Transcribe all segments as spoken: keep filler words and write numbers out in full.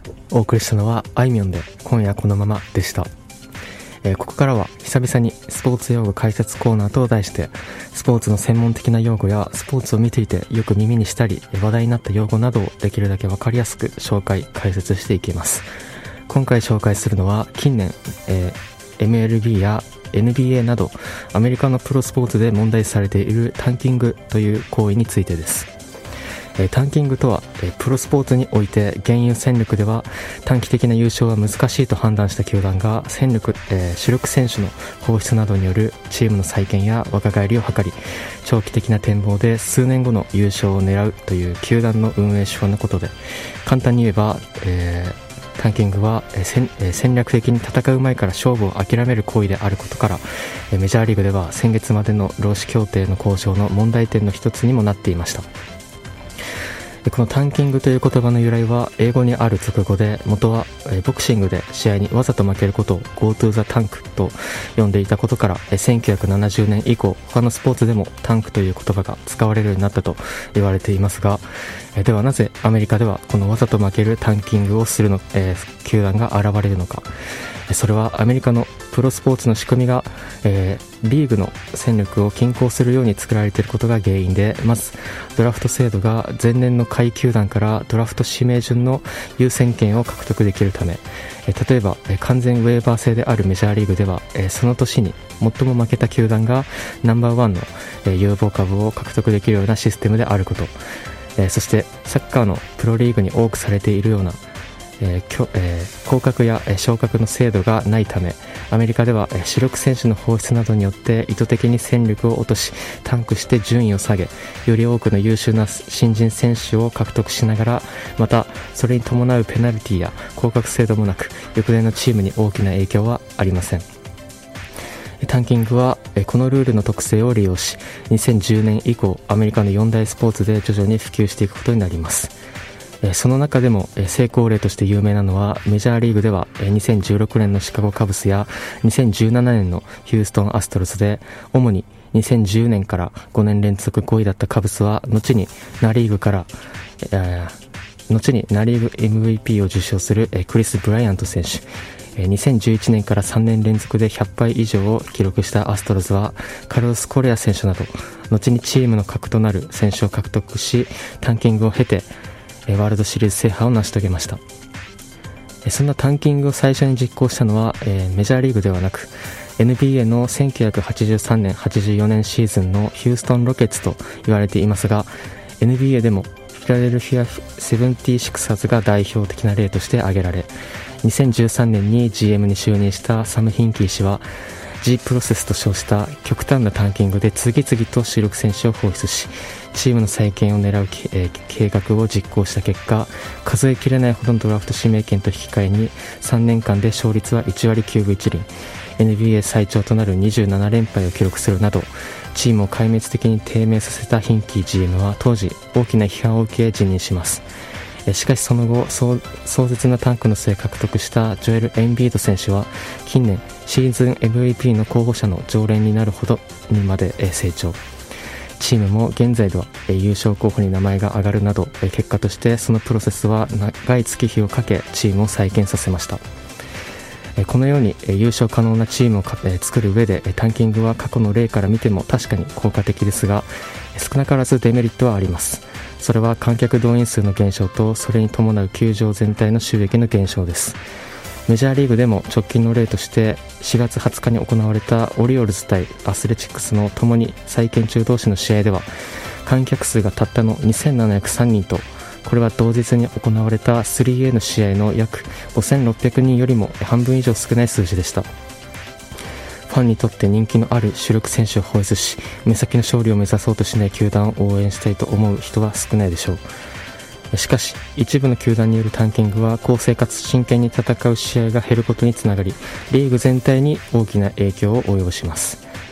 お送りしたのはあいみょんで今夜このままでした。えー、ここからは久々にスポーツ用語解説コーナーと題して、スポーツの専門的な用語やスポーツを見ていてよく耳にしたり話題になった用語などをできるだけ分かりやすく紹介解説していきます。今回紹介するのは近年、えー、エムエルビー や エヌビーエー などアメリカのプロスポーツで問題視されているタンキングという行為についてです。えー、タンキングとは、えー、プロスポーツにおいて現有戦力では短期的な優勝は難しいと判断した球団が戦力、えー、主力選手の放出などによるチームの再建や若返りを図り、長期的な展望で数年後の優勝を狙うという球団の運営手法のことで、簡単に言えば、えータンキングは戦戦略的に戦う前から勝負を諦める行為であることから、メジャーリーグでは先月までの労使協定の交渉の問題点の一つにもなっていました。このタンキングという言葉の由来は英語にある俗語で、元はボクシングで試合にわざと負けることを Go to the tank と呼んでいたことから、せんきゅうひゃくななじゅうねん以降他のスポーツでもタンクという言葉が使われるようになったと言われていますが、ではなぜアメリカではこのわざと負けるタンキングをするの、えー、球団が現れるのか。それはアメリカのプロスポーツの仕組みが、えー、リーグの戦力を均衡するように作られていることが原因で、まずドラフト制度が前年の下位球団からドラフト指名順の優先権を獲得できるため、えー、例えば、えー、完全ウェーバー制であるメジャーリーグでは、えー、その年に最も負けた球団がナンバーワンの、えー、有望株を獲得できるようなシステムであること、えー、そしてサッカーのプロリーグに多くされているようなえーえー、降格や、えー、昇格の制度がないため、アメリカでは、えー、主力選手の放出などによって意図的に戦力を落としタンクして順位を下げ、より多くの優秀な新人選手を獲得しながら、またそれに伴うペナルティや降格制度もなく、翌年のチームに大きな影響はありません。タンキングはこのルールの特性を利用し、にせんじゅうねん以降アメリカのよん大スポーツで徐々に普及していくことになります。その中でも成功例として有名なのは、メジャーリーグではにせんじゅうろくねんのシカゴカブスやにせんじゅうななねんのヒューストンアストロズで、主ににせんじゅうねんからごねん連続ごいだったカブスは後にナリーグから、えー、後にナリーグ エムブイピー を受賞するクリス・ブライアント選手、にせんじゅういちねんからさんねん連続でひゃっぱい以上を記録したアストロズはカルロス・コレア選手など後にチームの核となる選手を獲得し、タンキングを経てワールドシリーズ制覇を成し遂げました。そんなタンキングを最初に実行したのは、えー、メジャーリーグではなく エヌビーエー のせんきゅうひゃくはちじゅうさんねんはちじゅうよねんシーズンのヒューストンロケッツと言われていますが、 エヌビーエー でもフィラデルフィア・セブンティシクサーズが代表的な例として挙げられ、にせんじゅうさんねんに ジーエム に就任したサム・ヒンキー氏は G プロセスと称した極端なタンキングで次々と主力選手を放出し、チームの再建を狙う、えー、計画を実行した結果、数えきれないほどのドラフト指名権と引き換えにさんねんかんで勝率はいちわりきゅうぶいちりん、 エヌビーエー 最長となるにじゅうななれんぱいを記録するなど、チームを壊滅的に低迷させたヒンキー ジーエム は当時大きな批判を受け辞任します。しかしその後、壮絶なタンクの末獲得したジョエル・エンビード選手は近年シーズン エムブイピー の候補者の常連になるほどにまで成長。チームも現在では優勝候補に名前が上がるなど、結果としてそのプロセスは長い月日をかけチームを再建させました。このように優勝可能なチームを作る上でタンキングは過去の例から見ても確かに効果的ですが、少なからずデメリットはあります。それは観客動員数の減少とそれに伴う球場全体の収益の減少です。メジャーリーグでも直近の例としてしがつはつかに行われたオリオールズ対アスレチックスのともに再建中同士の試合では、観客数がたったのにせんななひゃくさんにんと、これは同日に行われた スリーエー の試合の約ごせんろっぴゃくにんよりも半分以上少ない数字でした。ファンにとって人気のある主力選手を放出し、目先の勝利を目指そうとしない球団を応援したいと思う人は少ないでしょう。しかし一部の球団によるタンキングは公正かつ真剣に戦う試合が減ることにつながり、リーグ全体に大きな影響を及ぼします。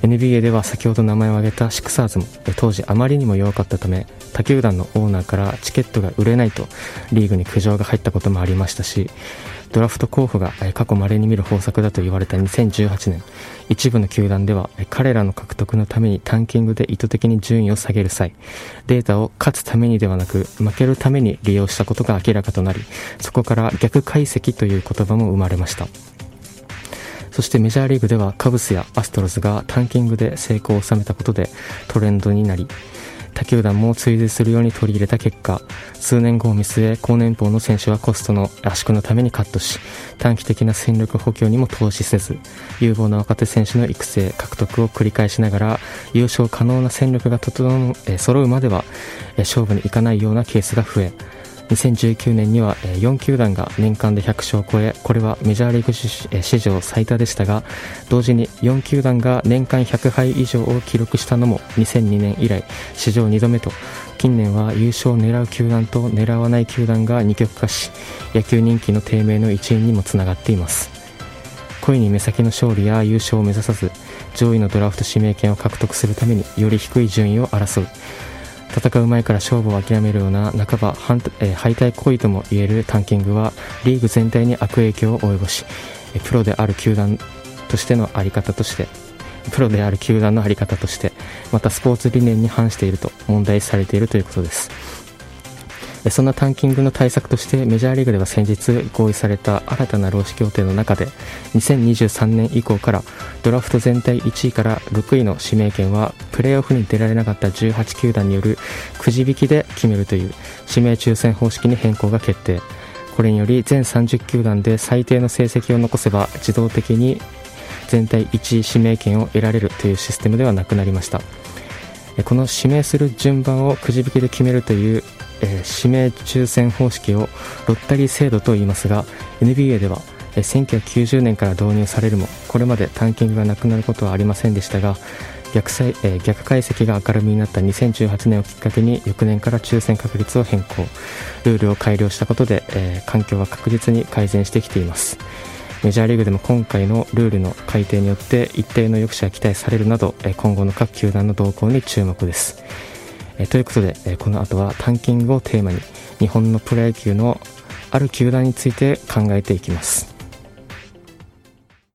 エヌビーエー では先ほど名前を挙げたシクサーズも当時あまりにも弱かったため、他球団のオーナーからチケットが売れないとリーグに苦情が入ったこともありましたし、ドラフト候補が過去稀に見る方策だと言われたにせんじゅうはちねん、一部の球団では彼らの獲得のためにタンキングで意図的に順位を下げる際、データを勝つためにではなく負けるために利用したことが明らかとなり、そこから逆解析という言葉も生まれました。そしてメジャーリーグではカブスやアストロズがタンキングで成功を収めたことでトレンドになり、他球団も追随するように取り入れた結果、数年後を見据え高年俸の選手はコストの圧縮のためにカットし、短期的な戦力補強にも投資せず、有望な若手選手の育成獲得を繰り返しながら優勝可能な戦力が整う、えー、揃うまでは、えー、勝負にいかないようなケースが増え、にせんじゅうきゅうねんにはよん球団が年間でひゃく勝を超え、これはメジャーリーグ史上最多でしたが、同時によん球団が年間ひゃく敗以上を記録したのもにせんにねん以来史上にどめと、近年は優勝を狙う球団と狙わない球団が二極化し、野球人気の低迷の一因にもつながっています。故意に目先の勝利や優勝を目指さず、上位のドラフト指名権を獲得するためにより低い順位を争う、戦う前から勝負を諦めるような半ば反、えー、敗退行為ともいえるタンキングはリーグ全体に悪影響を及ぼし、プロである球団としてのあり方としてプロである球団のあり方としてまたスポーツ理念に反していると問題視されているということです。そんなタンキングの対策としてメジャーリーグでは先日合意された新たな労使協定の中で、にせんにじゅうさんねん以降からドラフト全体いちいからろくいの指名権はプレーオフに出られなかったじゅうはち球団によるくじ引きで決めるという指名抽選方式に変更が決定。これにより全さんじゅう球団で最低の成績を残せば自動的に全体いちい指名権を得られるというシステムではなくなりました。この指名する順番をくじ引きで決めるというえー、指名抽選方式をロッタリー制度と言いますが、 エヌビーエー では、えー、せんきゅうひゃくきゅうじゅうねんから導入されるもこれまでタンキングがなくなることはありませんでしたが、 逆, えー、逆解析が明るみになったにせんじゅうはちねんをきっかけに翌年から抽選確率を変更、ルールを改良したことで、えー、環境は確実に改善してきています。メジャーリーグでも今回のルールの改定によって一定の抑止が期待されるなど、えー、今後の各球団の動向に注目です。えということで、えこの後はタンキングをテーマに日本のプロ野球のある球団について考えていきます。